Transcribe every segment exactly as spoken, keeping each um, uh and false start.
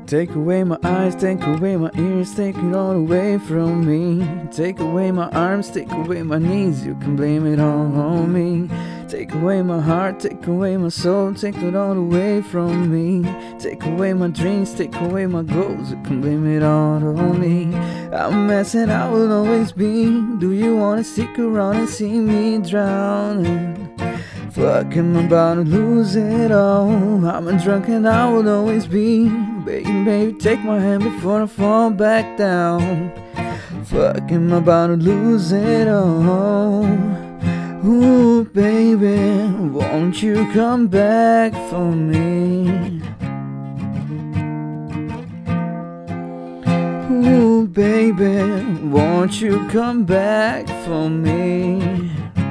Take away my eyes, take away my ears, take it all away from me. Take away my arms, take away my knees, you can blame it all on me. Take away my heart, take away my soul, take it all away from me. Take away my dreams, take away my goals, you can blame it all on me. I'm a mess and I will always be. Do you wanna stick around and see me drowning? Fuck, I'm about to lose it all. I'm a drunk and I will always be. Baby, baby, take my hand before I fall back down. Fuck, I'm about to lose it all. Ooh, baby, won't you come back for me? Ooh, baby, won't you come back for me?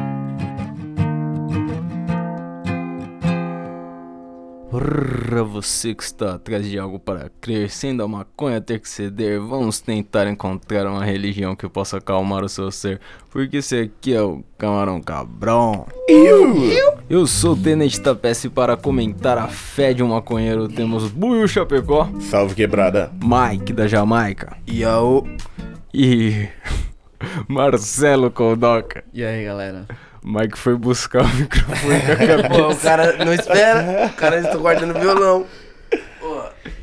Pra você que está atrás de algo para crer, sendo a maconha ter que ceder, vamos tentar encontrar uma religião que possa acalmar o seu ser, porque esse aqui é o Camarão Cabrão. Eu, eu. eu sou o Tenente Tapece e para comentar a fé de um maconheiro temos Buiu Chapecó. Salve, quebrada. Mike da Jamaica. Yo. E Marcelo Koldoka. E aí, galera? Mike foi buscar o microfone com a cabeça. Pô, o cara não espera, o cara está guardando violão. Pô.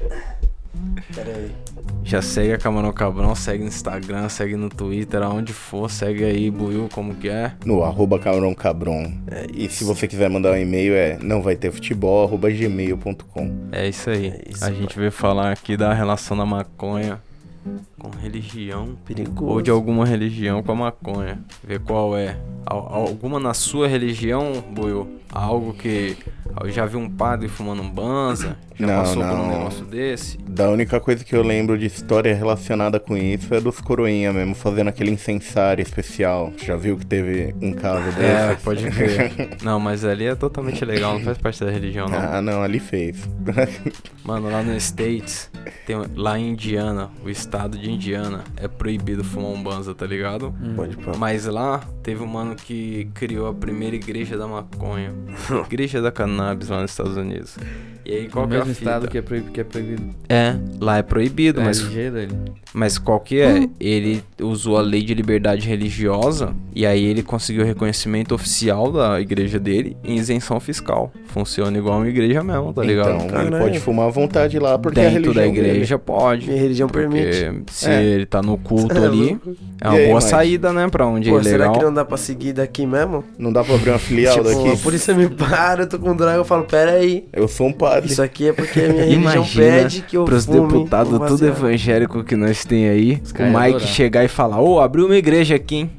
Pera aí. Já segue a Camarão Cabrão, segue no Instagram, segue no Twitter, aonde for, segue aí, Buiu, como que é? No arroba Camarão Cabrão. É, e se você quiser mandar um e-mail é não vai ter futebol, arroba gmail ponto com. É isso aí. É isso, a gente mano. veio falar aqui da relação da maconha com religião. Perigoso. Ou de alguma religião com a maconha. Ver qual é. Al- alguma na sua religião, Buiu? Algo que... Eu já vi um padre fumando um banza. Já Não, passou por um não. negócio desse. Da única coisa que eu lembro de história relacionada com isso é dos coroinha mesmo, fazendo aquele incensário especial. Já viu que teve um caso desse? É, pode crer. Não, mas ali é totalmente legal, não faz parte da religião, não. Ah, não, ali fez. Mano, lá nos States, tem, lá em Indiana, o estado de Indiana, é proibido fumar um banza, tá ligado? Pode pôr. Mas lá, teve um mano que criou a primeira igreja da maconha. Igreja da cannabis lá nos Estados Unidos. E aí, qual No que é a mesmo fita? estado que é, proib... que é proibido. É, lá é proibido, É mas, L G dele. mas qual que é? Ele usou a lei de liberdade religiosa e aí ele conseguiu o reconhecimento oficial da igreja dele em isenção fiscal. Funciona igual uma igreja mesmo, tá ligado? Então, Caralho. ele pode fumar à vontade lá porque é a Dentro religião da igreja pode. Minha religião permite. Porque se É. ele tá no culto É ali, louco. é uma E aí, boa Mike? saída, né? Pra onde Pô, é será legal. que não dá pra seguir daqui mesmo? dele. Não dá pra abrir uma filial Tipo, daqui? a polícia me para, eu tô com droga, eu falo, pera aí. Eu sou um padre. Isso aqui é porque a minha religião Imagina pede que eu pros fume deputados um tudo baseado. evangélico que nós tem aí, o caras iam Mike adorar. chegar e falar, ô, abriu uma igreja aqui, hein?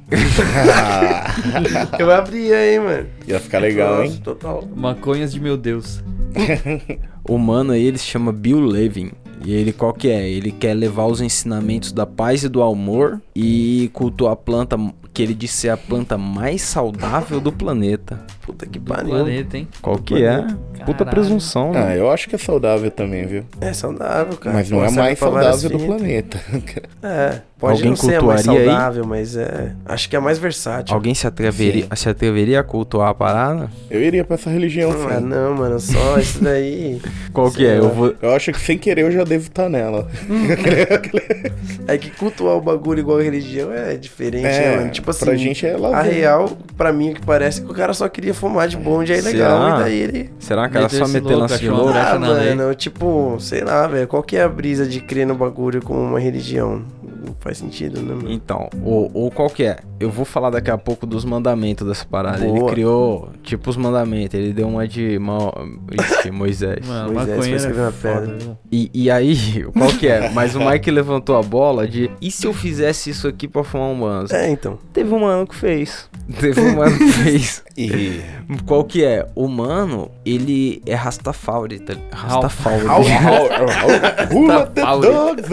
Eu abri aí, mano. Ia ficar legal, Nossa, hein? Total. Maconhas de meu Deus. O mano aí, ele se chama Bill Levin. E ele qual que é? Ele quer levar os ensinamentos da paz e do amor e cultuar a planta que ele diz ser a planta mais saudável do planeta. Puta que Do pariu. planeta, hein? Qual que é? Puta Caralho. presunção, Ah, né? eu acho que é saudável também, viu? É saudável, cara. Mas não Pô, é serve mais pra várias saudável do fitas. planeta. É, pode Alguém não ser a mais cultuaria aí? saudável, mas é... Acho que é a mais versátil. Alguém se atreveria, se atreveria a cultuar a parada? Eu iria pra essa religião, Não, é sim. não, mano, só isso daí... Qual que Sei é? lá. Eu vou... Eu acho que sem querer eu já devo estar nela. É que cultuar o bagulho igual a religião é diferente, É, né, mano? Tipo assim, pra gente é a lazer. real, pra mim, o que parece é que o cara só queria fumar de bonde, aí Será? legal, e daí ele... Será que era Meteu só esse meter louco, lance de achou uma louco? brecha Ah, na lei. mano, tipo, sei lá, velho, qual que é a brisa de crer no bagulho como uma religião? Não faz sentido, né, mano? Então, ou, ou qual que é? Eu vou falar daqui a pouco dos mandamentos dessa parada. Ele Boa. criou, tipo, os mandamentos. Ele deu uma de Mo... Ixi, Moisés. Mano, Moisés foi maconheiro escrever é uma foda, pedra. viu? E, e aí, qual que é? Mas o Mike levantou a bola de... E se eu fizesse isso aqui pra fumar um banzo? É, então. Teve um mano que fez. Teve um mano que fez. E Qual que é? O mano, ele é Rastafari. Tá? Rastafari. Who let the dogs out?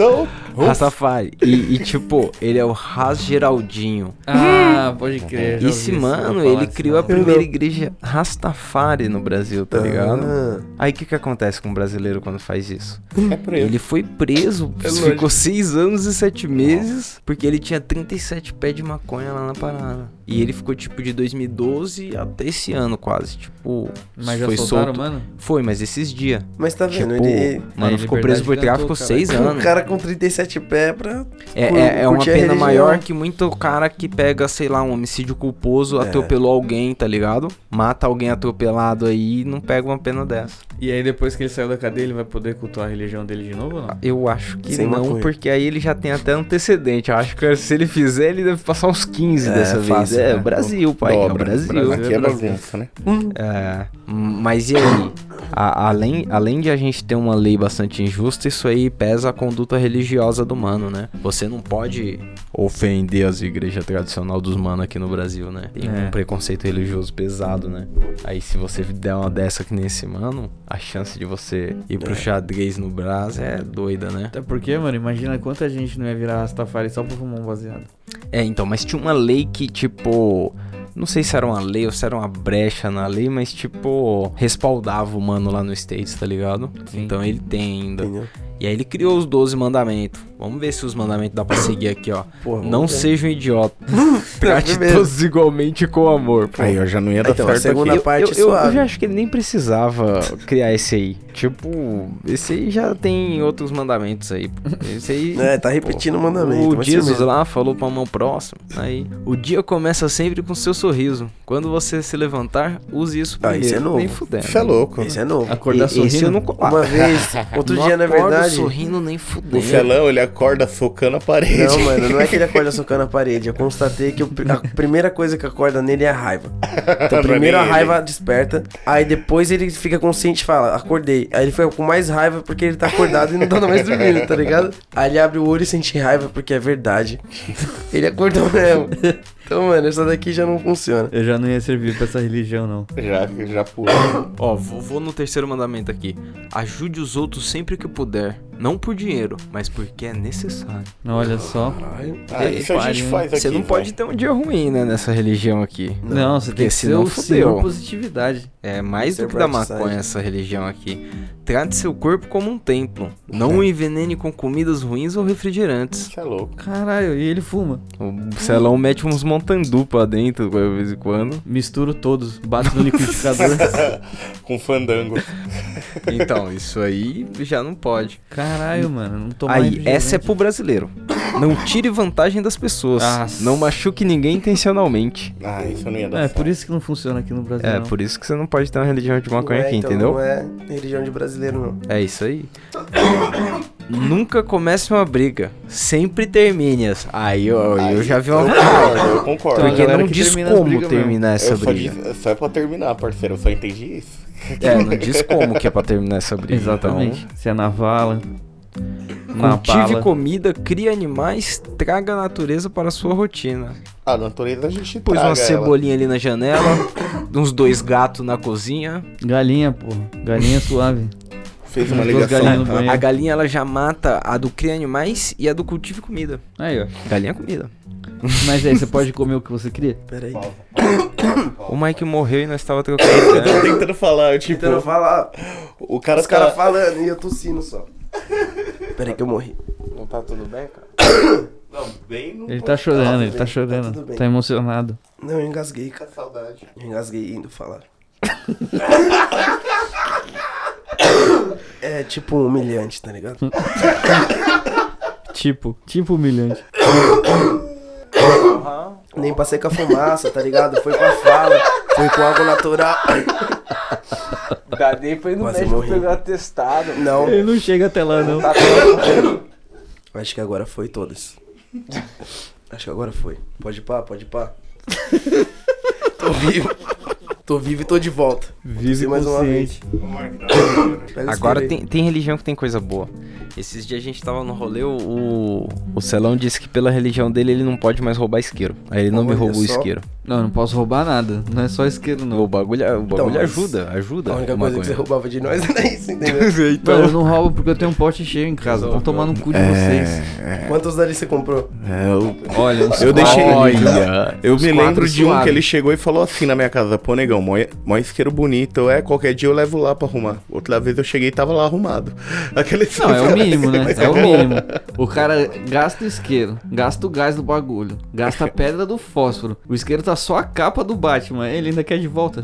Rastafari. E, e, tipo, ele é o Ras Geraldinho. Ah, pode crer. já Esse ouvi isso, mano, vou falar ele disso, criou a não. primeira igreja Rastafari no Brasil, tá ligado? Ah, Aí o que que acontece com um brasileiro quando faz isso? É preso. Ele foi preso, ficou seis anos e sete meses, porque ele tinha trinta e sete pés de maconha lá na parada. E ele ficou, tipo, de dois mil e doze até esse ano, quase. Tipo, Mas já foi soltaram, solto. mano? Foi, mas esses dias. mas tá vendo, Tipo, ele... mano, Aí, ficou liberdade preso por cantou, tráfico cara. seis O anos. cara com trinta e sete pés pra... É, cur- é, é uma curtir a pena religião. maior que muito cara que pega, sei lá, um homicídio culposo, É. atropelou alguém, tá ligado? Mata alguém atropelado aí e não pega uma pena dessa. E aí depois que ele saiu da cadeia, ele vai poder cultuar a religião dele de novo ou não? Eu acho que Sem não, maconha. porque aí ele já tem até antecedente. Eu acho que se ele fizer, ele deve passar uns quinze É, dessa vez. fácil, É, né? o Brasil, pai. É o Dobra. Brasil. Aqui é bagunça, né? É, mas e aí? A- além, além de a gente ter uma lei bastante injusta, isso aí pesa a conduta religiosa do mano, né? Você não pode ofender as igrejas tradicionais dos manos aqui no Brasil, né? Tem É. um preconceito religioso pesado, né? Aí se você der uma dessa que nesse mano, a chance de você ir pro xadrez no Brás é doida, né? Até porque, mano, imagina quanta gente não ia virar Rastafari só pra fumar um baseado. É, então, mas tinha uma lei que, tipo... Não sei se era uma lei ou se era uma brecha na lei, mas, tipo... Respaldava o mano lá no States, tá ligado? Sim. Então ele tem ainda. Entendeu? E aí ele criou os doze mandamentos. Vamos ver se os mandamentos dá pra seguir aqui, ó. Porra, Não vamos ver. seja um idiota. Trate Primeiro. todos igualmente com amor. Pô. Aí eu já não ia dar Então, a certo segunda aqui. Eu, parte eu, eu, suave. eu já acho que ele nem precisava criar esse aí. Tipo, esse aí já tem outros mandamentos aí. Pô. Esse aí... É, tá repetindo o mandamento. O mas Jesus firmeza. lá falou pra mão próxima. Aí, o dia começa sempre com seu sorriso. Quando você se levantar, use isso Ah, primeiro. isso é novo. Nem fudendo. Isso é louco. Esse é novo. Acordar E- Esse eu sorrindo? não colava. Uma vez, outro Não dia, na acordo verdade... sorrindo nem fudendo. O Felão, ele acorda socando a parede. Não, mano, não é que ele acorda socando a parede. Eu constatei que o pri- a primeira coisa que acorda nele é a raiva. Então, primeiro a Pra mim, raiva desperta, aí depois ele fica consciente e fala, acordei. Aí ele fica com mais raiva porque ele tá acordado e não tá mais dormindo, tá ligado? Aí ele abre o olho e sente raiva porque é verdade. Ele acordou mesmo. Então, mano, essa daqui já não funciona. Eu já não ia servir pra essa religião, não. Já, já pulou. Ó, vou, vou no terceiro mandamento aqui. Ajude os outros sempre que puder. Não por dinheiro, mas porque é necessário. Olha só. Ah, isso a gente pariu. faz aqui. Você não pode vai. ter um dia ruim, né, nessa religião aqui. Não, você tem porque que ser senão o fudeu. senhor positividade. É mais Ser do que da bright maconha side. essa religião aqui. Trate seu corpo como um templo. Não o envenene com comidas ruins ou refrigerantes. Isso é louco. Caralho, e ele fuma. O Celão mete uns montandu pra dentro de vez em quando. Misturo todos, bato no liquidificador. Com fandango. Então, isso aí já não pode. Caralho, mano, não tomar Aí, refrigerante. essa é pro brasileiro. Não tire vantagem das pessoas. Nossa. Não machuque ninguém intencionalmente. Ah, isso eu não ia dar É, certo. por isso que não funciona aqui no Brasil. É, não. por isso que você não pode ter uma religião de maconha Não é, aqui, então, entendeu? Não é religião de brasileiro, não. É isso aí. Nunca comece uma briga. Sempre termine-as. Aí eu, eu Aí, já vi uma eu vantagem. concordo, eu concordo. Então, a Porque galera não que diz termina as como brigas terminar essa eu só, briga. diz, só é pra terminar, parceiro. Eu só entendi isso. É, não diz como que é pra terminar essa briga. Exatamente. Se é na vala, Então, na cultive bala. comida, crie animais, traga a natureza para a sua rotina. A natureza a gente Pôs traga uma ela. cebolinha ali na janela, uns dois gatos na cozinha. Galinha, porra. Galinha suave. Fez uma Duas ligação. galinhas no rápida. banheiro. A galinha ela já mata a do cria animais e a do cultive comida. Aí, ó. Galinha é comida. Mas aí, você pode comer o que você queria? Pera aí. O Mike morreu e nós tava trocando Eu tô ideia. tentando falar, tipo, Tentando falar, o cara os caras tá... falando e eu tossindo só. Pera aí que eu morri. Não tá tudo bem, cara? Não, bem no... Ele tá chorando, Tá ele tudo tá bem, chorando. tá tudo bem. Tá emocionado. Não, eu engasguei, cara. Tá saudade. Eu engasguei indo falar. É tipo humilhante, tá ligado? Tipo, tipo humilhante. Nem passei com a fumaça, tá ligado? Foi com a fala, foi com água natural. Cadê foi no Quase médico morri. pegar atestado. Não, Ele não chega até lá, não. acho que agora foi todas. Acho que agora foi. Pode ir pá, pode ir pá. Tô vivo. Tô vivo e tô de volta. Vive Tossi mais uma vez. consciente. Pega esse Agora dedo aí. tem, tem religião que tem coisa boa. Esses dias a gente tava no rolê, o, o, o Celão disse que pela religião dele ele não pode mais roubar isqueiro. Aí ele não me Olha roubou o só. isqueiro. Não, não posso roubar nada. Não é só isqueiro, não. O bagulho, o bagulho Então, mas ajuda, ajuda. A única o coisa que maconha. você roubava de nós era isso, entendeu? Então, Mano, eu não roubo porque eu tenho um pote cheio em casa. Vão tomar no cu de vocês. É, Quantos dali você comprou? é, eu, Olha, uns Eu deixei- quatro, Olha, eu Uns me quatro lembro de um suaves. que ele chegou e falou assim na minha casa: pô, negão, mó, mó isqueiro bonito, é, qualquer dia eu levo lá pra arrumar. Outra vez eu cheguei e tava lá arrumado. Aquele Não, é o mínimo, né? Mas É o bom. mínimo. O cara gasta o isqueiro, gasta o gás do bagulho, gasta a pedra do fósforo. O isqueiro tá só a capa do Batman, ele ainda quer de volta.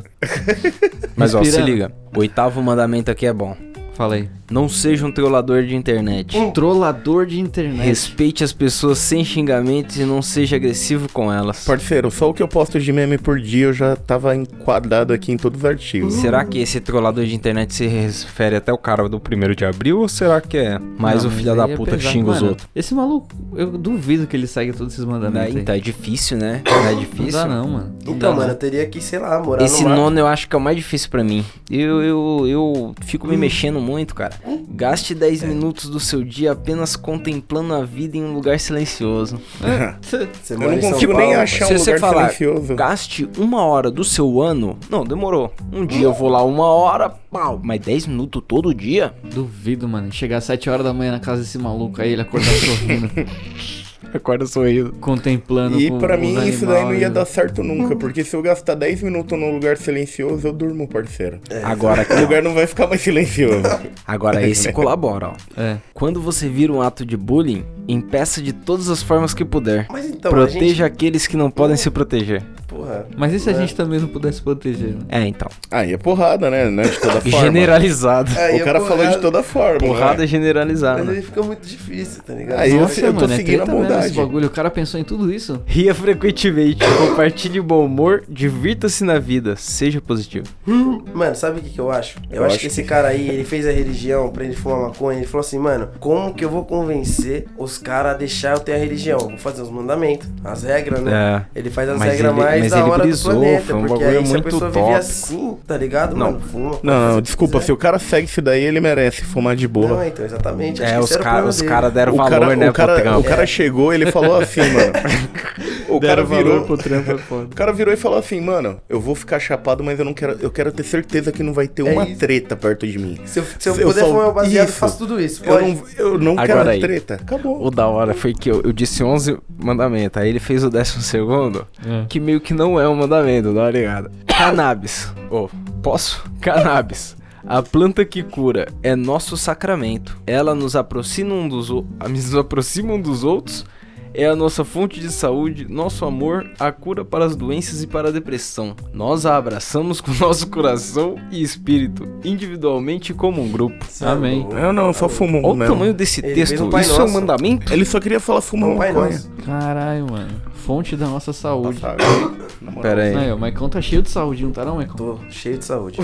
mas ó, se Respirando. liga. O oitavo mandamento aqui é bom. Falei. Não seja um trollador de internet. Trollador de internet. Respeite as pessoas sem xingamentos e não seja agressivo com elas. Parceiro, só o que eu posto de meme por dia eu já tava enquadrado aqui em todos os artigos. Será que esse trollador de internet se refere até o cara do primeiro de abril ou será que é mais Não, o mas filho aí da é puta que pesado. xinga os Mano, outros? Esse maluco, eu duvido que ele segue todos esses mandamentos. Daí, aí. então é difícil, né? Não é Não difícil. dá não, mano. Não Então, dá, mano, não. eu teria que, sei lá, morar Esse no mato. nono eu acho que é o mais difícil pra mim. Eu, eu, eu fico me mexendo muito, cara. Gaste dez minutos do seu dia apenas contemplando a vida em um lugar silencioso. Você Eu mora não em São consigo nem Paulo, achar Se um você lugar falar, silencioso. gaste uma hora do seu ano... Não, demorou. Um dia eu vou lá uma hora, pau. Mas dez minutos todo dia? Duvido, mano. Chegar às sete horas da manhã na casa desse maluco aí, ele acordar sorrindo, Acorda sorrindo. contemplando E com pra os mim isso daí não ia animais. dar certo nunca, porque se eu gastar dez minutos num lugar silencioso, eu durmo, parceiro. Agora, O lugar não vai ficar mais silencioso. agora esse colabora, ó. É. Quando você vira um ato de bullying, impeça de todas as formas que puder. Mas então, Proteja a gente... aqueles que não podem se proteger. Porra. Mas e se a né? gente também não pudesse proteger, né? É, então. Aí é porrada, né? Né, de toda forma. Generalizado. Aí O é cara falou porrada. de toda forma. Porrada né? generalizada. Mas aí fica muito difícil, tá ligado? Aí eu, Nossa, eu tô mano, é seguindo a treta mesmo esse bondade. bagulho. O cara pensou em tudo isso. Ria frequentemente, compartilhe bom humor, divirta-se na vida, seja positivo. Mano, sabe o que, que eu acho? Eu, Eu acho, acho que esse que- cara aí, ele fez a religião pra ele fumar maconha. Ele falou assim, mano, como que eu vou convencer os caras a deixar eu ter a religião? Eu vou fazer os mandamentos, as regras, né? É. Ele faz as Mas regras ele- mais mas da ele hora brisou, do planeta. foi um porque bagulho aí se a muito pessoa top. vive assim, tá ligado, Não. mano? Fuma. pode Não, fazer o não, que desculpa, quiser. se o cara segue isso daí, ele merece fumar de boa. Não, então, exatamente. Acho É, que os esse era o caras plano os dele. cara deram o valor, cara, né, o cara, pro trampo. o cara chegou, ele falou assim, mano. O cara virou, trampo é foda. o cara virou e falou assim, mano, eu vou ficar chapado, mas eu não quero, eu quero ter certeza que não vai ter É uma isso. treta perto de mim. Se eu, se eu Eu puder só- fumar o baseado, eu isso. faço tudo isso. Eu Pode. não, eu não Agora quero aí. treta. Acabou. O da hora foi que eu, eu disse onze mandamentos, aí ele fez o décimo segundo, É. que meio que não é um mandamento, dá uma ligada. Cannabis. Ô, posso? Cannabis. A planta que cura é nosso sacramento. Ela nos aproxima um dos, o- nos aproxima um dos outros. É a nossa fonte de saúde, nosso amor, a cura para as doenças e para a depressão. Nós a abraçamos com nosso coração e espírito, individualmente e como um grupo. Amém. Eu não, eu só fumo Olha o mesmo. tamanho desse Ele fez texto. um Pai Isso é um Nosso. mandamento? Ele só queria falar fumar Não, Pai maconha. Nosso. Caralho, mano. Fonte da nossa saúde. Sabe? Na moral. Pera aí. Aí, o Maicon tá cheio de saúde, não tá não, Maicon? Tô cheio de saúde.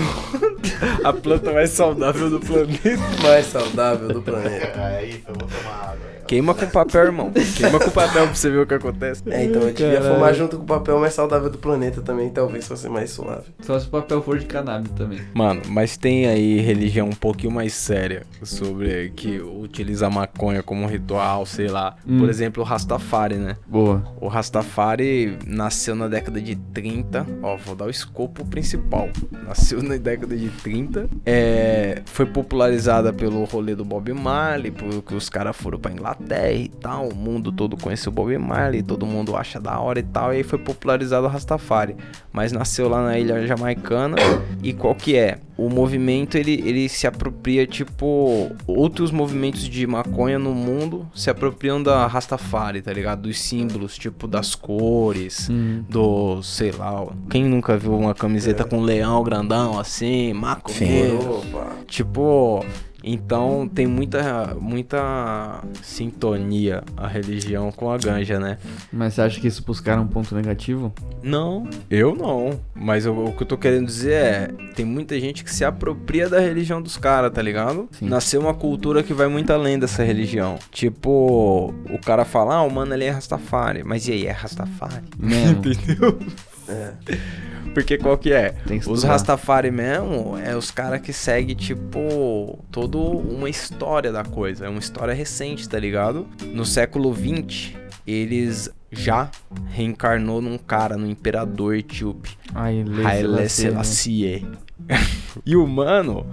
A planta mais saudável do planeta. Mais saudável do planeta. É isso, eu vou tomar água. Queima com papel, irmão. Queima com papel pra você ver o que acontece. É, então eu devia Caralho. fumar junto com o papel mais saudável do planeta também, talvez fosse mais suave. Só se o papel for de cannabis também. Mano, mas tem aí religião um pouquinho mais séria sobre que utiliza a maconha como um ritual, sei lá. Hum. Por exemplo, o Rastafari, né? Boa. O Rastafari nasceu na década de trinta. Ó, vou dar o escopo principal. Nasceu na década de trinta. É, foi popularizada pelo rolê do Bob Marley, porque os caras foram pra Inglaterra e tal. O mundo todo conhece o Bob Marley, todo mundo acha da hora e tal. E aí foi popularizado o Rastafari. Mas nasceu lá na ilha jamaicana. E qual que é? O movimento, ele, ele se apropria, tipo... Outros movimentos de maconha no mundo se apropriam da Rastafari, tá ligado? Dos símbolos, tipo, das cores, Hum. do, sei lá... ó, Quem nunca viu uma camiseta com um leão grandão, assim, maconheiro? Opa. Tipo... Então tem muita, muita sintonia a religião com a ganja, né? Mas você acha que isso pros caras é um ponto negativo? Não, eu não. Mas eu- o que eu tô querendo dizer é... Tem muita gente que se apropria da religião dos caras, tá ligado? Sim. Nasceu uma cultura que vai muito além dessa religião. Tipo... O cara fala, ah, o mano ele é Rastafari. Mas e aí, é Rastafari? Mesmo. Entendeu? É. Porque qual que é? Tem que Os estudar. Rastafari mesmo é os caras que seguem, tipo, toda uma história da coisa. É uma história recente, tá ligado? No século vinte, eles já reencarnou num cara, no imperador etíope. Haile Haile Selassie, né? Selassie. E o mano,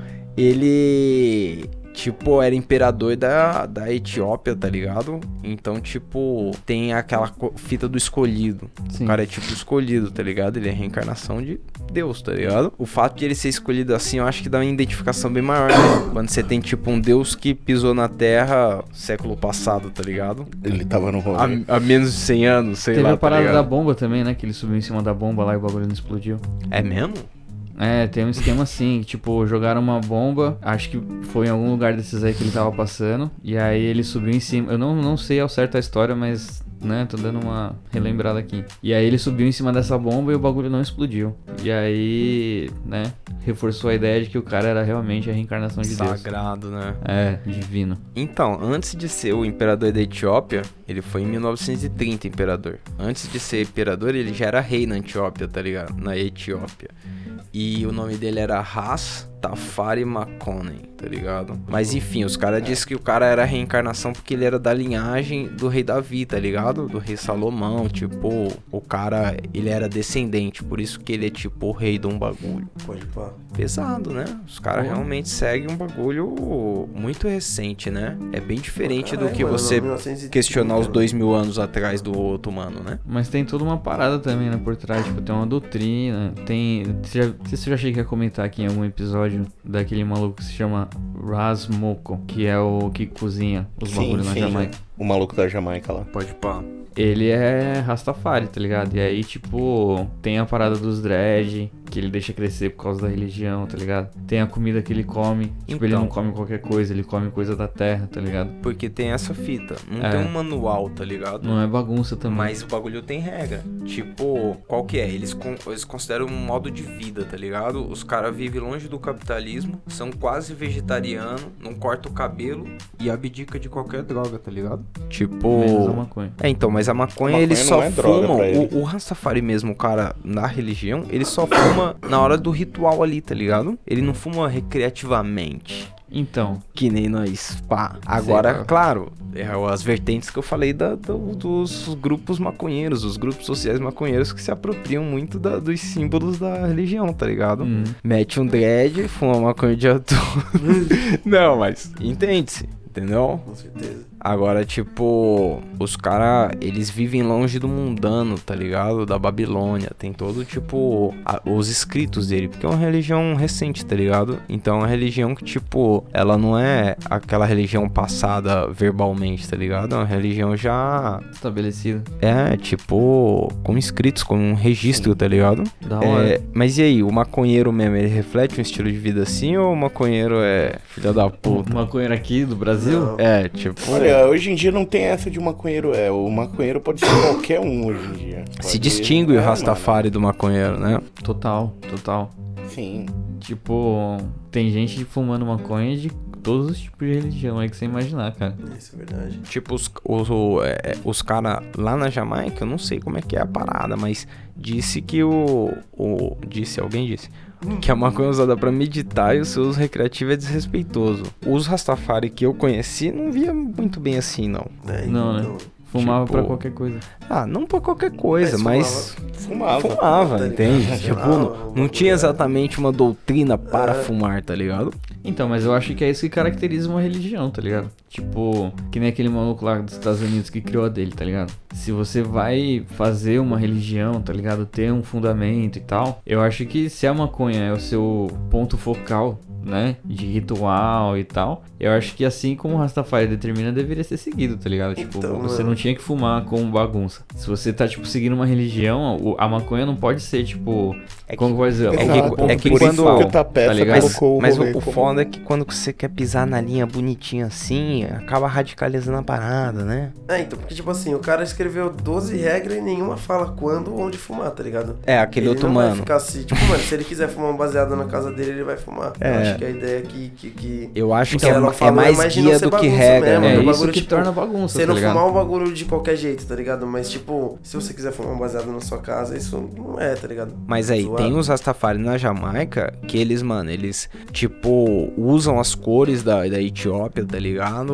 ele... tipo, era imperador da, da Etiópia, tá ligado? Então, tipo, tem aquela co- fita do escolhido. Sim. O cara é tipo escolhido, tá ligado? Ele é a reencarnação de Deus, tá ligado? O fato de ele ser escolhido assim, eu acho que dá uma identificação bem maior, né? Quando você tem, tipo, um Deus que pisou na Terra século passado, tá ligado? Ele tava no rolê. Há, há menos de cem anos, sei Teve lá, a parada tá da ligado? bomba também, né? Que ele subiu em cima da bomba lá e o bagulho não explodiu. É mesmo? É, tem um esquema assim, tipo, jogaram uma bomba, acho que foi em algum lugar desses aí que ele tava passando, e aí ele subiu em cima, eu não, não sei ao certo a história, mas, né, tô dando uma relembrada aqui. E aí ele subiu em cima dessa bomba e o bagulho não explodiu. E aí, né, reforçou a ideia de que o cara era realmente a reencarnação de Deus. Sagrado, né? É, divino. Então, antes de ser o imperador da Etiópia, ele foi em mil novecentos e trinta imperador. Antes de ser imperador, ele já era rei na Etiópia, tá ligado? Na Etiópia. E o nome dele era Ras Tafari Makonnen, tá ligado? Mas enfim, os caras disseram que o cara era a reencarnação porque ele era da linhagem do rei Davi, tá ligado? Do rei Salomão, tipo, o cara, ele era descendente, por isso que ele é tipo o rei de um bagulho. Pode pá. Pesado, né? Os caras realmente seguem um bagulho muito recente, né? É bem diferente do Caralho, que mano, você mil novecentos e trinta, questionar os mano. dois mil anos atrás do outro mano, né? Mas tem toda uma parada também, né, por trás, tipo, tem uma doutrina, tem... Você já, não sei se eu já cheguei a comentar aqui em algum episódio daquele maluco que se chama Ras Moko, que é o que cozinha os Sim, bagulhos na sim, Jamaica. O maluco da Jamaica lá. Pode pá. Ele é Rastafari, tá ligado? E aí, tipo, tem a parada dos dread, que ele deixa crescer por causa da religião, tá ligado? Tem a comida que ele come, tipo, ele Então. não come qualquer coisa, ele come coisa da terra, tá ligado? Porque tem essa fita. Não É. tem um manual, tá ligado? Não é bagunça também. Mas o bagulho tem regra. Tipo, qual que é? Eles, con- eles consideram um modo de vida, tá ligado? Os caras vivem longe do capitalismo, são quase vegetarianos, não cortam o cabelo e abdica de qualquer droga, tá ligado? Tipo. Menos a maconha. É, então, mas a maconha, A maconha eles não só é droga fumam. pra eles. O, o Rastafari mesmo, o cara, na religião, ele só fuma na hora do ritual ali, tá ligado? Ele não fuma recreativamente. Então, Que nem nós, pá. Agora, Sei. claro, é as vertentes que eu falei da, do- dos grupos maconheiros, os grupos sociais maconheiros que se apropriam muito da- dos símbolos da religião, tá ligado? hum, Mete um dread, fuma maconha o dia todo. Não, mas entende-se, entendeu? Com certeza. Agora, tipo, os caras, eles vivem longe do mundano, tá ligado? Da Babilônia. Tem todo, tipo, a- os escritos dele. Porque é uma religião recente, tá ligado? Então é uma religião que, tipo, ela não é aquela religião passada verbalmente, tá ligado? É uma religião já. estabelecido. É, tipo, com escritos, com um registro, tá ligado? Da hora. É, mas e aí, o maconheiro mesmo, ele reflete um estilo de vida assim ou o maconheiro é filha da puta? O maconheiro aqui do Brasil? Não. É, tipo. Olha, hoje em dia não tem essa de maconheiro, é. O maconheiro pode ser qualquer um hoje em dia. Se Pode- distingue o é, Rastafari do maconheiro, né? Total, total. mano. Sim. Tipo, tem gente fumando maconha de todos os tipos de religião aí que você imaginar, cara. Isso é verdade. Tipo, os, os, o- é, os caras lá na Jamaica, eu não sei como é que é a parada, mas disse que o. o disse, alguém disse. Que a maconha é usada pra meditar e o seu uso recreativo é desrespeitoso. Os Rastafari que eu conheci não via muito bem assim, não. É, Não, né? então, Fumava Tipo, pra qualquer coisa. Ah, não pra qualquer coisa, mas. Fumava. Fumava, Tá entende? ligado? Tipo, Ah, não, o não bagulho tinha é- exatamente uma doutrina para É. fumar, tá ligado? Então, mas eu acho que é isso que caracteriza uma religião, tá ligado? Tipo, que nem aquele maluco lá dos Estados Unidos que criou a dele, tá ligado? Se você vai fazer uma religião, tá ligado? Ter um fundamento e tal, eu acho que se a maconha é o seu ponto focal, né? De ritual e tal, eu acho que assim como o Rastafari determina, deveria ser seguido, tá ligado? Tipo, Então, você mano. não tinha que fumar com bagunça. Se você tá, tipo, seguindo uma religião, o- a maconha não pode ser, tipo... É como vai dizer? é que- o ponto é que Por quando- isso principal, que o Tapeta tá ligado? Mas, colocou mas o, rolê o como- foda é que quando você quer pisar na linha bonitinha assim, acaba radicalizando a parada, né? É, então, porque tipo assim, o cara escreveu doze regras e nenhuma fala quando ou onde fumar, tá ligado? É, aquele Ele outro não mano. vai ficar assim, tipo, mano, se ele quiser fumar um baseado na casa dele, ele vai fumar. Eu É. acho que a ideia é que... que, que... Eu acho Porque que é, ela ma- é falou, mais imagina guia ser do que bagunça regra, mesmo, É né? o isso bagulho, que tipo, torna bagunça, Você tá não ligado? fumar um bagulho de qualquer jeito, tá ligado? Mas, tipo, se você quiser fumar um baseado na sua casa, isso não é, tá ligado? Mas aí, Zoado. tem os Rastafari na Jamaica que eles, mano, eles, tipo, usam as cores da, da Etiópia, tá ligado?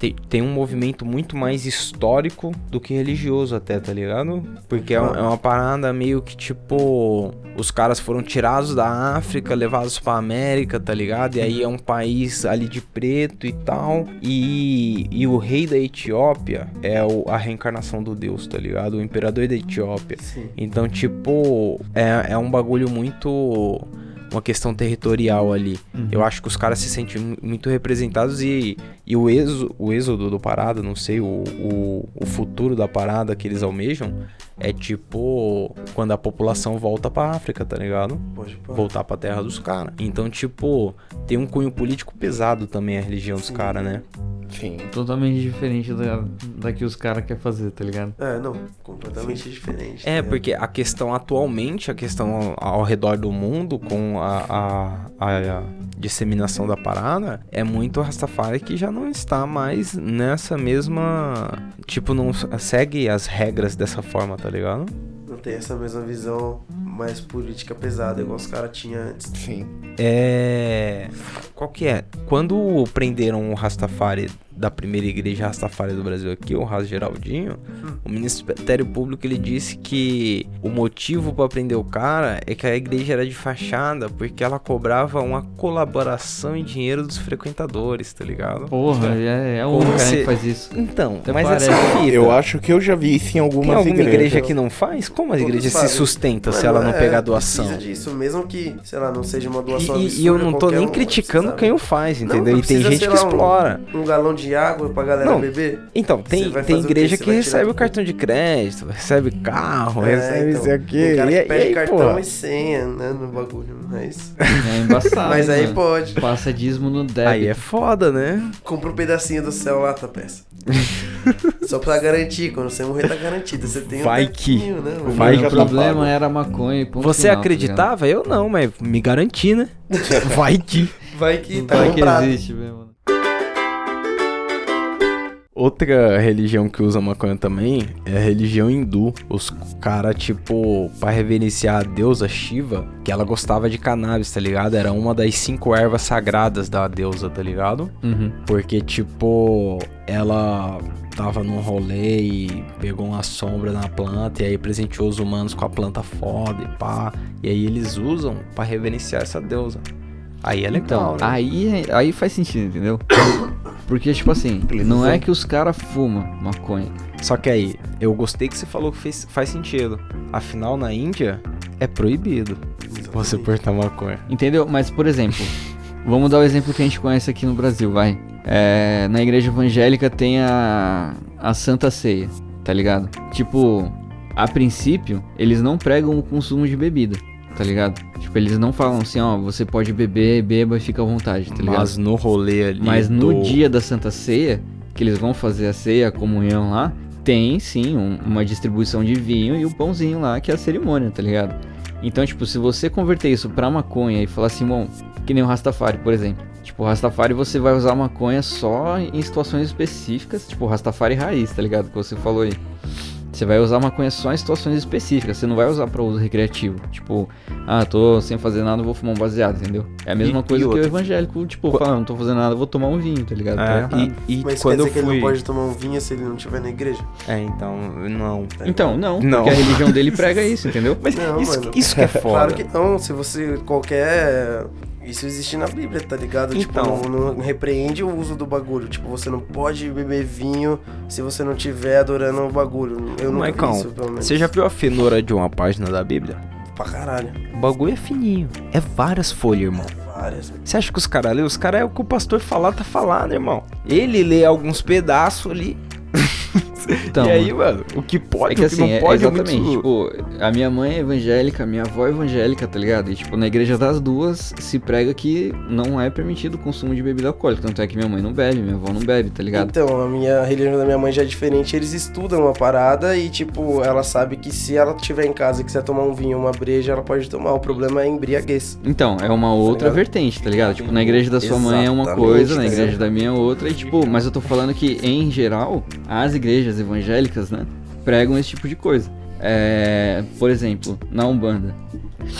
te, tem um movimento muito mais histórico do que religioso até, tá ligado? Porque é, é uma parada meio que tipo... Os caras foram tirados da África, levados pra América, tá ligado? E aí é um país ali de preto e tal. E, e o rei da Etiópia é o, a reencarnação do Deus, tá ligado? O imperador da Etiópia. Sim. Então, tipo, é, é um bagulho muito... Uma questão territorial ali. Uhum. Eu acho que os caras se sentem muito representados e, e o, êxodo, o êxodo do parada, não sei, o, o, o futuro da parada que eles almejam é tipo quando a população volta pra África, tá ligado? Pode, pode. Voltar pra terra dos caras. Então, tipo, tem um cunho político pesado também a religião dos caras, né? Sim. Totalmente diferente da, da que os caras querem fazer, tá ligado? É, não, completamente diferente. É, tá porque a questão atualmente, a questão ao, ao redor do mundo, com a, a, a, a disseminação da parada, é muito Rastafari que já não está mais nessa mesma... Tipo, não segue as regras dessa forma, tá ligado? Não tem essa mesma visão mais política pesada, igual os caras tinham antes. Sim. É... Qual que é? Quando prenderam o Rastafari da primeira igreja Rastafari do Brasil aqui, o Ras Geraldinho, hum. o Ministério Público ele disse que o motivo para prender o cara é que a igreja era de fachada porque ela cobrava uma colaboração em dinheiro dos frequentadores, tá ligado? Porra, é, é o cara você... que faz isso. Então, Até mas parece. essa fita... Eu acho que eu já vi isso em algumas Tem alguma igrejas. igreja que não faz? Como a igreja se sustenta se ela não é, pegar doação? Precisa disso, mesmo que, sei lá, não seja uma doação E, absurda, e eu não tô nem um, criticando sabe? quem o faz, entendeu? Não, não e tem precisa, gente sei que lá, explora. Um, um galão de água pra galera Não, beber. Então, tem, vai tem fazer o igreja quê? Você que vai recebe tirar- o cartão de crédito, recebe carro, É, recebe então, isso aqui. Tem cara e, que e pede aí, cartão pô, e senha, né, no bagulho, mas... É embaçado. Mas aí mano. pode. Passa dízimo no débito. aí é foda, né? Compra um pedacinho do céu lá, tua peça. Só pra garantir, quando você morrer tá garantido. Você tem um Vai que- tequinho, né, mano? vai o já tá problema pago. era a maconha e ponto Você final, tá acreditava? Eu não, mas me garanti, né? Vai que. Vai que ligado? tá Vai que comprado. existe mesmo. Outra religião que usa maconha também é a religião hindu. Os caras, tipo, pra reverenciar a deusa Shiva, que ela gostava de cannabis, tá ligado? Era uma das cinco ervas sagradas da deusa, tá ligado? Uhum. Porque, tipo, ela tava num rolê e pegou uma sombra na planta e aí presenteou os humanos com a planta foda e pá. E aí eles usam pra reverenciar essa deusa. Aí é legal, Então, né? aí, aí faz sentido, entendeu? Porque, tipo assim, não é que os caras fumam maconha. Só que aí, eu gostei que você falou que fez, faz sentido. Afinal, na Índia, é proibido você portar maconha. Entendeu? Mas, por exemplo, vamos dar o exemplo que a gente conhece aqui no Brasil, vai. É, na igreja evangélica tem a, a Santa Ceia, tá ligado? Tipo, a princípio, eles não pregam o consumo de bebida, tá ligado? Tipo, eles não falam assim, ó, você pode beber, beba e fica à vontade, tá ligado? Mas no rolê ali Mas no do... dia da Santa Ceia, que eles vão fazer a ceia, a comunhão lá, tem sim um- uma distribuição de vinho e o pãozinho lá, que é a cerimônia, tá ligado? Então, tipo, se você converter isso pra maconha e falar assim, bom, que nem o Rastafari, por exemplo. Tipo, o Rastafari você vai usar maconha só em situações específicas, tipo, o Rastafari raiz, tá ligado? Que você falou aí. Você vai usar maconha só em situações específicas, você não vai usar pra uso recreativo. Tipo, ah, tô sem fazer nada, vou fumar um baseado, entendeu? É a mesma E- coisa e que outra? o evangélico, tipo, Qu- falando, não tô fazendo nada, vou tomar um vinho, tá ligado? Tá É, errado. e, e Mas quando quer eu dizer que ele fui... não pode tomar um vinho se ele não estiver na igreja? É, então, não... Então, não, Não. porque a religião dele prega isso, entendeu? Mas Não, isso, mano. isso que é foda. Claro que não, se você qualquer... Isso existe na Bíblia, tá ligado? Então. Tipo, não, não repreende o uso do bagulho. Tipo, você não pode beber vinho se você não estiver adorando o bagulho. Eu nunca Maicon, vi isso, pelo menos. você já viu a finura de uma página da Bíblia? Pra caralho. O bagulho é fininho. É várias folhas, irmão. Várias. Você acha que os caras lê? Os caras é o que o pastor falar, tá falando, irmão. Ele lê alguns pedaços ali. Então, e aí, mano, o que pode, É que o que assim, não é, pode é exatamente, muito... tipo, a minha mãe é evangélica, a minha avó é evangélica, tá ligado? E tipo, na igreja das duas se prega que não é permitido o consumo de bebida alcoólica, tanto é que minha mãe não bebe, minha avó não bebe, tá ligado? Então, a minha a religião da minha mãe já é diferente. Eles estudam uma parada e, tipo, ela sabe que se ela estiver em casa e quiser tomar um vinho, uma breja, ela pode tomar. O problema é a embriaguez. Então, é uma outra ligado? vertente, tá ligado? Tipo, na igreja da sua mãe é uma Exatamente, coisa, na tá igreja ligado? da minha é outra, e tipo, mas eu tô falando que, em geral, as igrejas evangélicas, né, pregam esse tipo de coisa. É, por exemplo, na Umbanda,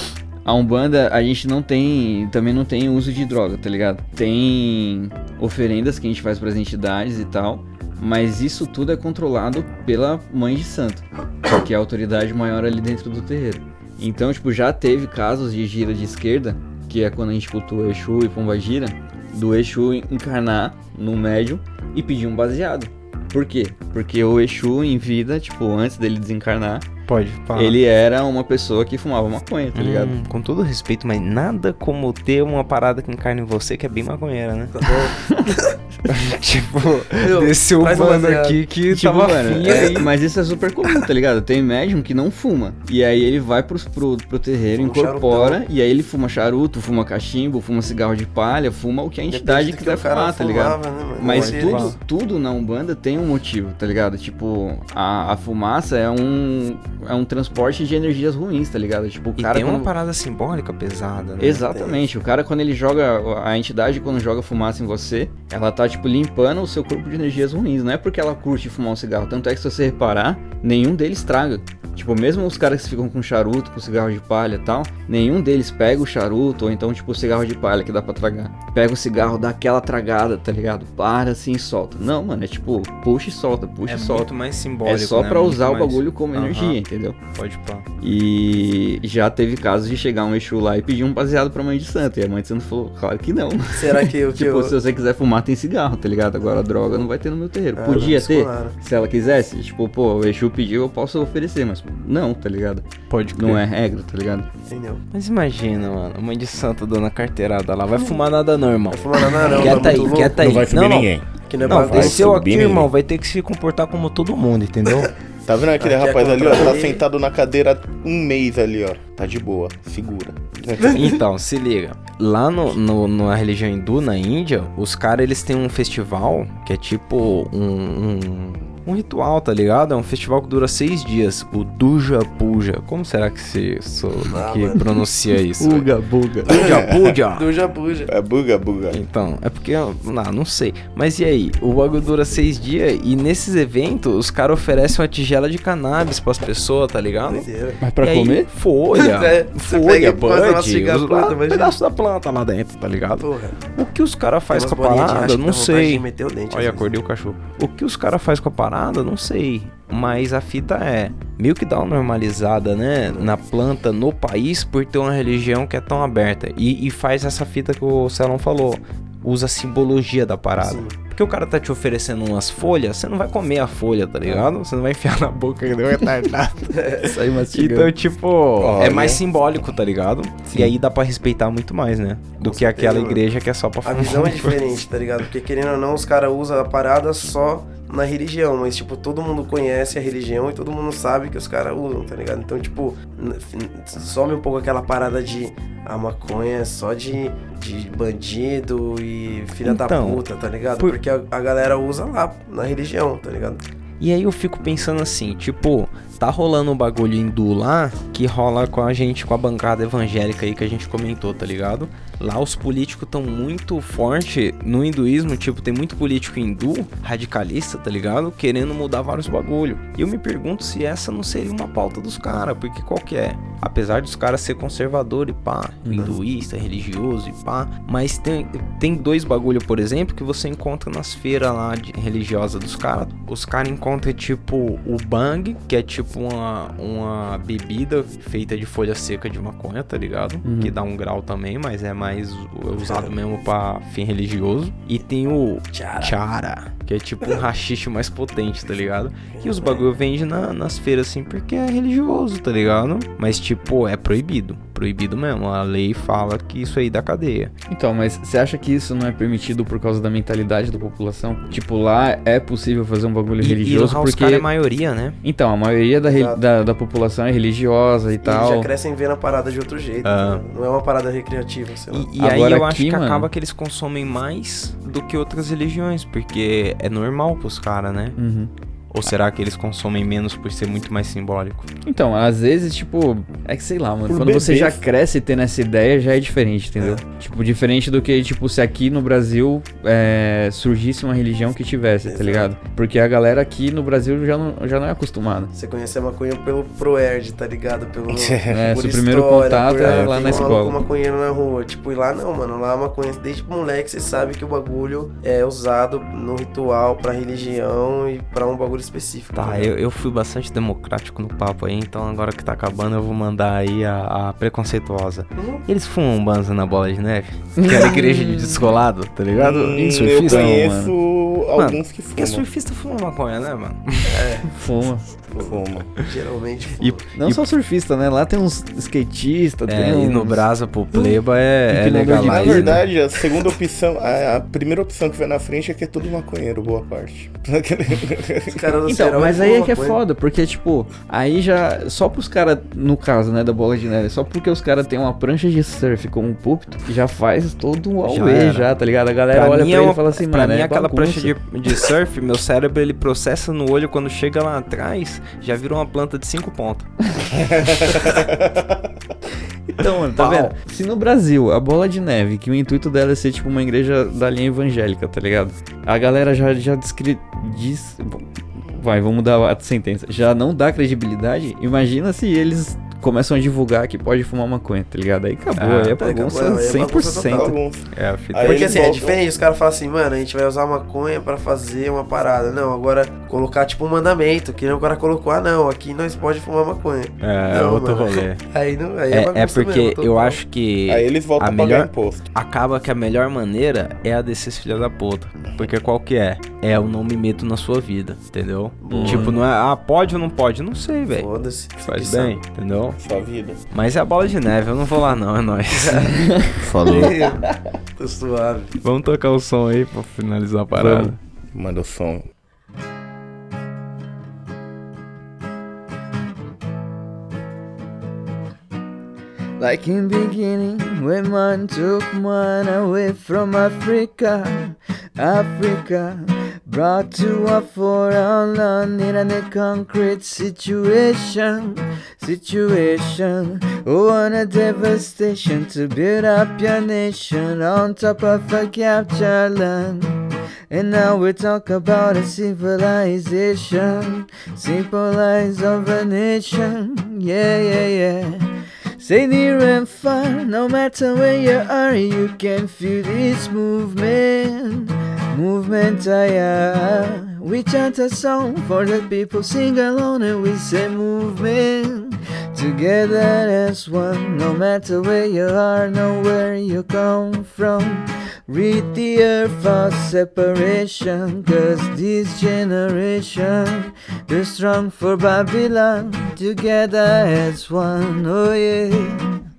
a Umbanda, a gente não tem, também não tem uso de droga, tá ligado? Tem oferendas que a gente faz pras entidades e tal, mas isso tudo é controlado pela Mãe de Santo, que é a autoridade maior ali dentro do terreiro. Então, tipo, já teve casos de gira de esquerda, que é quando a gente cultua Exu e Pombagira, do Exu encarnar no médium e pedir um baseado. Por quê? Porque o Exu em vida, tipo, antes dele desencarnar, Pode falar. ele era uma pessoa que fumava maconha, tá ligado? Hum, com todo respeito, mas nada como ter uma parada que encarna em você que é bem maconheira, né? Tá bom? Tipo, Meu, desse traz um humano baseado. aqui que Tipo, tava mano, afim é, aí. mas isso é super comum, tá ligado? Tem médium que não fuma. E aí ele vai pros, pro, pro terreiro, Fuma incorpora, charutão. e aí ele fuma charuto, fuma cachimbo, fuma cigarro de palha, fuma o que a entidade Depende do que quiser o cara fumar, tá ligado? fumava, né, mano? Mas Não, tudo, ele- tudo na Umbanda tem um motivo, tá ligado? Tipo, a, a fumaça é um, é um transporte de energias ruins, tá ligado? Tipo, o E cara tem uma quando- parada simbólica pesada, né? Exatamente, o cara quando ele joga, a entidade quando joga fumaça em você, ela tá tipo limpando o seu corpo de energias ruins, não é porque ela curte fumar um cigarro, tanto é que se você reparar, nenhum deles traga. Tipo, mesmo os caras que ficam com charuto, com cigarro de palha e tal, nenhum deles pega o charuto, ou então tipo o cigarro de palha que dá pra tragar. Pega o cigarro, dá aquela tragada, tá ligado? Para assim e solta. Não, mano, é tipo, puxa e solta, puxa É e solta. muito mais simbólico, É só né? pra Muito usar o mais- bagulho como Aham. energia, entendeu? Pode pá. E já teve casos de chegar um Exu lá e pedir um baseado pra Mãe de Santo. E a Mãe de Santo falou, claro que não. Será que o que Tipo, eu... se você quiser fumar, tem cigarro, tá ligado? Agora a droga não vai ter no meu terreiro. Ah, Podia não, ter, descolaram. se ela quisesse. Tipo, pô, o Exu pediu, eu posso oferecer, mas não, tá ligado? Pode crer. Não é regra, tá ligado? Entendeu? Mas imagina, mano, a Mãe de Santo dando a carteirada lá. Vai fumar nada não, irmão. Vai fumar na naranja, Quieta tá aí, muito quieta louco. aí. Não vai subir não, não. ninguém. Que não é Não, bagulho. desceu subir aqui, ninguém. irmão, vai ter que se comportar como todo mundo, entendeu? Tá vendo aquele Aqui é rapaz ali, ó? contra Tá ele. sentado na cadeira um mês ali, ó. Tá de boa, segura. Então, se liga. Lá no, no- na religião hindu, na Índia, os caras, eles têm um festival que é tipo um, um, um ritual, tá ligado? É um festival que dura seis dias. O Durga Puja. Como será que se so- Ah, que mano. pronuncia isso? Uga, buga. Durga Puja. Do Jabuja. É buga, buga. Então, é porque, não, não sei. Mas e aí? O bagulho dura seis dias e nesses eventos os caras oferecem uma tigela de cannabis pras pessoas, tá ligado? Doideira. Mas pra E aí, comer? folha, É, você folha, pega e começa a bud, mastigar a os- planta, lá, imagina. pedaço da planta lá dentro, tá ligado? Porra. O que os caras fazem Tem com a umas bolinhas de parada, hash que não dá vontade de sei. meter o dente, às Olha, vezes. acordei o cachorro. O que os caras fazem com a parada, não sei. Mas a fita é meio que dá uma normalizada, né? Na planta, no país, por ter uma religião que é tão aberta. E, e faz essa fita que o Celão falou. Usa a simbologia da parada. Sim. Porque o cara tá te oferecendo umas folhas, você não vai comer a folha, tá ligado? Você não vai enfiar na boca que deu retardado. Sair mastigando. Então, tipo, Olha. é mais simbólico, tá ligado? E aí dá pra respeitar muito mais, né? Do Com que aquela certeza, igreja que é só pra A fumar. visão é diferente, tá ligado? Porque querendo ou não, os caras usam a parada só na religião, mas tipo, todo mundo conhece a religião e todo mundo sabe que os caras usam, tá ligado? Então, tipo, n- n- some um pouco aquela parada de a maconha é só de, de bandido e filha da Então, puta, tá ligado? por- Porque a, a galera usa lá na religião, tá ligado? E aí eu fico pensando assim, tipo, tá rolando um bagulho hindu lá que rola com a gente, com a bancada evangélica aí que a gente comentou, tá ligado? Lá os políticos estão muito forte no hinduísmo, tipo, tem muito político hindu, radicalista, tá ligado? Querendo mudar vários bagulho. E eu me pergunto se essa não seria uma pauta dos caras, porque qual que é? Apesar dos caras ser conservador e pá, hinduísta, religioso e pá, mas tem, tem dois bagulho, por exemplo, que você encontra nas feiras lá de, religiosas dos caras. Os caras encontram tipo o bang, que é tipo uma, uma bebida feita de folha seca de maconha, tá ligado? Uhum. Que dá um grau também, mas é mais usado mesmo pra fim religioso. E tem o Chara. chara, que é tipo um rachixe mais potente, tá ligado? E os bagulho vende na, nas feiras assim porque é religioso, tá ligado? Mas tipo, é proibido. Proibido mesmo. A lei fala que isso aí dá cadeia. Então, mas você acha que isso não é permitido por causa da mentalidade da população? Tipo, lá é possível fazer um bagulho E- religioso e lá os porque... cara é maioria, né? Então, a maioria da, re- Exato. da, da população é religiosa e E tal. já crescem vendo a parada de outro jeito, Ah. né? Não é uma parada recreativa, sei lá. E, e aí Agora eu aqui, acho que mano- acaba que eles consomem mais do que outras religiões, porque é normal pros caras, né? Uhum. Ou será que eles consomem menos por ser muito mais simbólico? Então, às vezes, tipo, é que sei lá, mano, Por quando você já bebês. cresce tendo essa ideia, já é diferente, entendeu? Tipo, diferente do que, tipo, se aqui no Brasil é, surgisse uma religião que tivesse, tá ligado? Porque a galera aqui no Brasil já não, já não é acostumada. Você conhece a maconha pelo Proerd, tá ligado? Pelo, É, por seu primeiro história, contato por- é ah, lá tem na um escola. maluco maconheiro na rua. Tipo, e lá não, mano. Lá a maconha, desde moleque, você sabe que o bagulho é usado no ritual pra religião e pra um bagulho específico. Tá, eu, eu fui bastante democrático no papo aí, então agora que tá acabando eu vou mandar aí a, a preconceituosa. Uhum. Eles fumam banza na bola de neve? Aquela igreja de descolado, tá ligado? Hum, eu Surfista, conheço mano. alguns que Porque fumam. surfista fuma maconha, né, mano? Fuma. Fumam. Geralmente. E, Não e, só surfista, né? Lá tem uns skatistas, é, tem e uns... no Brasa pro Pleba é, é Empinador de Na legalizado. vida. verdade, a segunda opção, a, a primeira opção que vem na frente é que é tudo maconheiro, boa parte. Os caras do Então, Serol mas aí é fumam que é maconha. foda, porque, tipo, aí já, só pros caras, no caso, né, da bola de neve, só porque os caras têm uma prancha de surf com um púlpito, já faz todo um Já auê era. já, tá ligado? A galera Pra olha mim pra é ele uma- e fala assim, pra mano, mim é aquela bagunça. prancha de, de surf, meu cérebro ele processa no olho, quando chega lá atrás, já virou uma planta de cinco pontas. Então, mano, tá Pau. vendo? Se no Brasil, a bola de neve, que o intuito dela é ser tipo uma igreja da linha evangélica, tá ligado? A galera já, já descre... diz... Vai, vamos mudar a sentença. Já não dá credibilidade, imagina se eles começam a divulgar que pode fumar maconha, tá ligado? Aí acabou, Ah, aí é acabou, bagunça aí é bagunça cem por cento. total. Bagunça. É a fita. Aí Porque eles assim, é voltam- diferente, os caras falam assim, mano, a gente vai usar maconha pra fazer uma parada. Não, agora colocar tipo um mandamento, que nem o cara colocou, ah não, aqui nós pode fumar maconha. É, Não, outro mano. rolê. Aí não, aí é, É, é bagunça porque mesmo, eu total. acho que Aí eles voltam a a pagar melhor imposto. acaba que a melhor maneira é a desses filha da puta. Porque qual que é? É o não me meto na sua vida, entendeu? Boa. Tipo, não é, ah, pode ou não pode? Não sei, velho. Foda-se. Faz Que bem, entendeu? Sua vida. Mas é a bola de neve, eu não vou lá não, é nóis. Falou. Tô suave. Vamos tocar o som aí pra finalizar a parada. Vamos. Manda o som. Like in beginning, when man took man away from Africa, Africa, brought to a foreign land in a concrete situation, situation. Oh, and a devastation to build up your nation on top of a captured land. And now we talk about a civilization, symbolize of a nation, yeah, yeah, yeah. Say near and far, no matter where you are, you can feel this movement, movement, ah, yeah. We chant a song for the people, sing along and we say movement, together as one, no matter where you are, know where you come from. Rid the earth of separation, cause this generation, they're strong for Babylon, together as one, oh yeah.